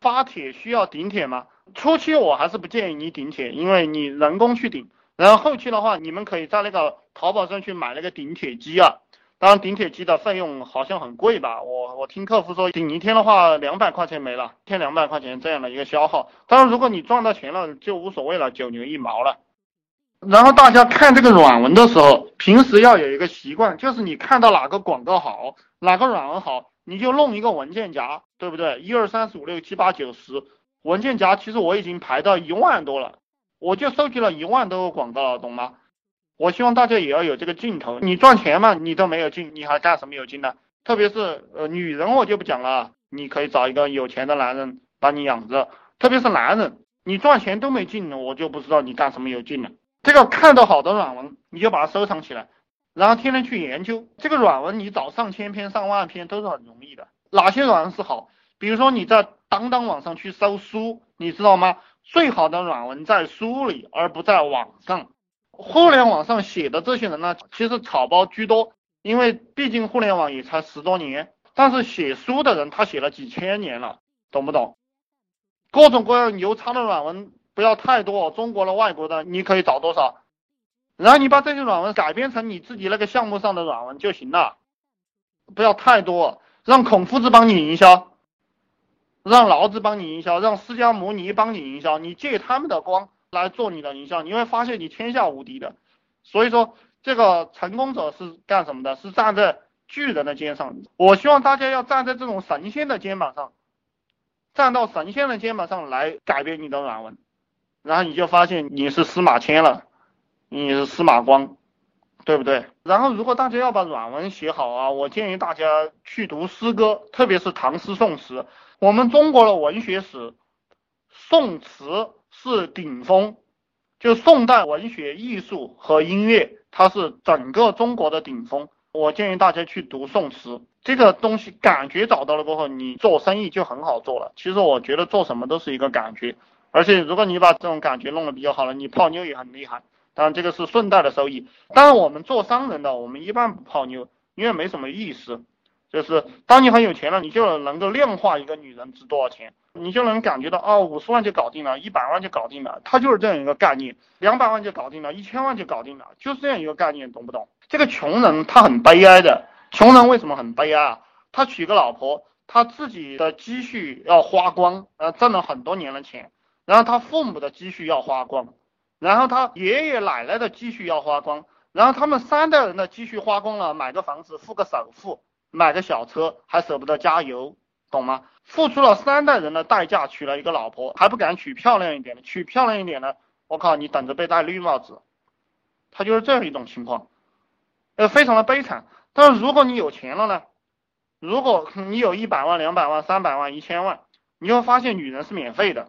发帖需要顶帖吗？初期我还是不建议你顶帖，因为你人工去顶，然后后期的话，你们可以在那个淘宝上去买那个顶帖机啊。当然，顶帖机的费用好像很贵吧？我听客服说，顶一天的话200块钱没了，一天200块钱这样的一个消耗。当然，如果你赚到钱了，就无所谓了，9牛1毛了。然后大家看这个软文的时候，平时要有一个习惯，就是你看到哪个广告好，哪个软文好，你就弄一个文件夹，对不对？1、2、3、4、5、6、7、8、9、10文件夹，其实我已经排到1万多了，我就收集了1万多个广告了，懂吗？我希望大家也要有这个劲头。你赚钱嘛，你都没有劲，你还干什么有劲呢？特别是女人我就不讲了，你可以找一个有钱的男人把你养着。特别是男人，你赚钱都没劲，我就不知道你干什么有劲了。这个看到好的软文，你就把它收藏起来，然后天天去研究这个软文。你找上千篇上万篇都是很容易的。哪些软文是好？比如说你在当网上去搜书，你知道吗？最好的软文在书里，而不在网上。互联网上写的这些人呢，其实草包居多，因为毕竟互联网也才10多年，但是写书的人他写了几千年了，懂不懂？各种各样牛叉的软文不要太多，中国的外国的你可以找多少，然后你把这些软文改编成你自己那个项目上的软文就行了，不要太多。让孔夫子帮你营销，让老子帮你营销，让释迦牟尼帮你营销，你借他们的光来做你的营销，你会发现你天下无敌的。所以说这个成功者是干什么的？是站在巨人的肩上。我希望大家要站在这种神仙的肩膀上，站到神仙的肩膀上来改变你的软文，然后你就发现你是司马迁了，你是司马光，对不对？然后如果大家要把软文写好啊，我建议大家去读诗歌，特别是唐诗宋词。我们中国的文学史，宋词是顶峰，就宋代文学艺术和音乐，它是整个中国的顶峰。我建议大家去读宋词，这个东西感觉找到了过后，你做生意就很好做了。其实我觉得做什么都是一个感觉，而且如果你把这种感觉弄得比较好了，你泡妞也很厉害。当然这个是顺带的收益。当然我们做商人的，我们一般不泡妞，因为没什么意思。就是当你很有钱了，你就能够量化一个女人值多少钱，你就能感觉到50万就搞定了，100万就搞定了，它就是这样一个概念。200万就搞定了，1000万就搞定了，就是这样一个概念，懂不懂？这个穷人他很悲哀的，穷人为什么很悲哀啊？他娶个老婆，他自己的积蓄要花光，挣了很多年的钱，然后他父母的积蓄要花光，然后他爷爷奶奶的积蓄要花光，然后他们3代人的积蓄花光了，买个房子付个首付，买个小车还舍不得加油，懂吗？付出了3代人的代价娶了一个老婆，还不敢娶漂亮一点的，娶漂亮一点的，我靠，你等着被戴绿帽子。他就是这样一种情况，非常的悲惨。但是如果你有钱了呢？如果你有100万、200万、300万、1000万，你就会发现女人是免费的，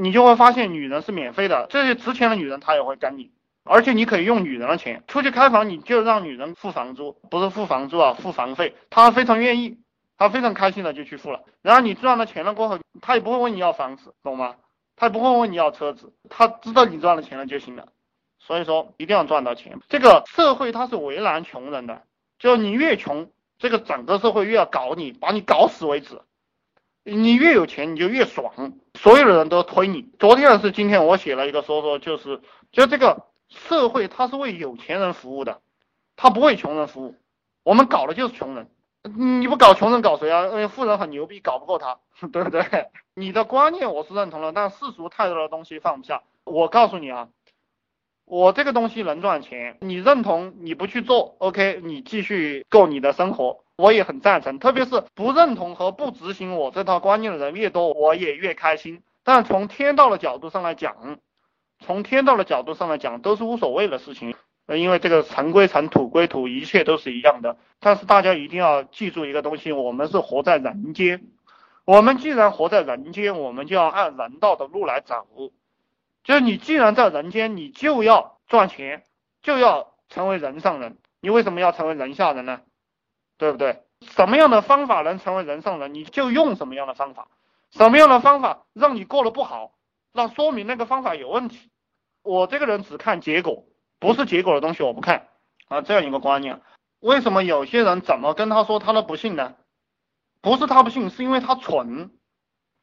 这些值钱的女人她也会跟你。而且你可以用女人的钱出去开房，你就让女人付房租，不是付房租啊，付房费，她非常愿意，她非常开心的就去付了。然后你赚了钱了过后，她也不会问你要房子，懂吗？她也不会问你要车子，她知道你赚了钱了就行了。所以说一定要赚到钱。这个社会它是为难穷人的，就你越穷，这个整个社会越要搞你，把你搞死为止。你越有钱你就越爽，所有的人都推你。昨天还是今天我写了一个说就这个社会它是为有钱人服务的，它不为穷人服务。我们搞的就是穷人，你不搞穷人搞谁啊？富人很牛逼，搞不过他，对不对？你的观念我是认同了，但世俗太多的东西放不下。我告诉你啊，我这个东西能赚钱，你认同你不去做 OK， 你继续过你的生活，我也很赞成。特别是不认同和不执行我这套观念的人越多，我也越开心。但从天道的角度上来讲，都是无所谓的事情，因为这个尘归尘，土归土，一切都是一样的。但是大家一定要记住一个东西，我们是活在人间，我们既然活在人间，我们就要按人道的路来走。就是你既然在人间，你就要赚钱，就要成为人上人。你为什么要成为人下人呢？对不对？什么样的方法能成为人上人，你就用什么样的方法。什么样的方法让你过得不好，那说明那个方法有问题。我这个人只看结果，不是结果的东西我不看啊，这样一个观念。为什么有些人怎么跟他说他的不幸呢？不是他不幸，是因为他蠢。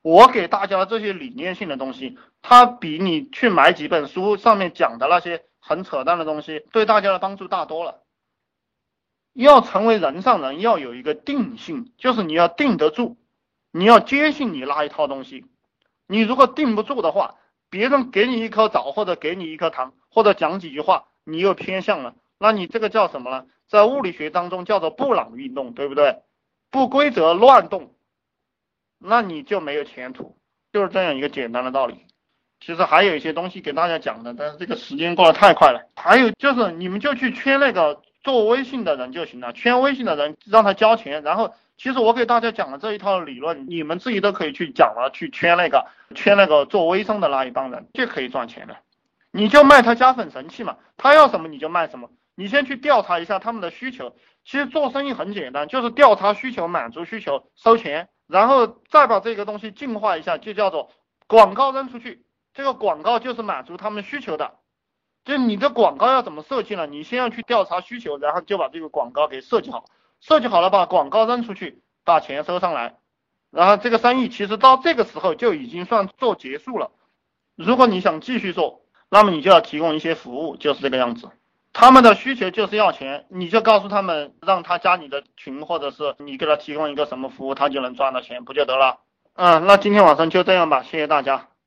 我给大家这些理念性的东西，它比你去买几本书上面讲的那些很扯淡的东西，对大家的帮助大多了。要成为人上人，要有一个定性，就是你要定得住，你要坚信你那一套东西。你如果定不住的话，别人给你一颗枣或者给你一颗糖或者讲几句话，你又偏向了，那你这个叫什么呢？在物理学当中叫做布朗运动，对不对？不规则乱动，那你就没有前途，就是这样一个简单的道理。其实还有一些东西给大家讲的，但是这个时间过得太快了。还有就是你们就去圈那个做微信的人就行了，圈微信的人让他交钱，然后其实我给大家讲的这一套理论，你们自己都可以去讲了，去圈那个做微商的那一帮人，就可以赚钱了。你就卖他加粉神器嘛，他要什么你就卖什么，你先去调查一下他们的需求。其实做生意很简单，就是调查需求，满足需求，收钱，然后再把这个东西进化一下，就叫做广告扔出去。这个广告就是满足他们需求的，就是你的广告要怎么设计呢？你先要去调查需求，然后就把这个广告给设计好，设计好了把广告扔出去，把钱收上来，然后这个生意其实到这个时候就已经算做结束了。如果你想继续做，那么你就要提供一些服务，就是这个样子。他们的需求就是要钱，你就告诉他们，让他加你的群，或者是你给他提供一个什么服务，他就能赚到钱，不就得了？那今天晚上就这样吧，谢谢大家。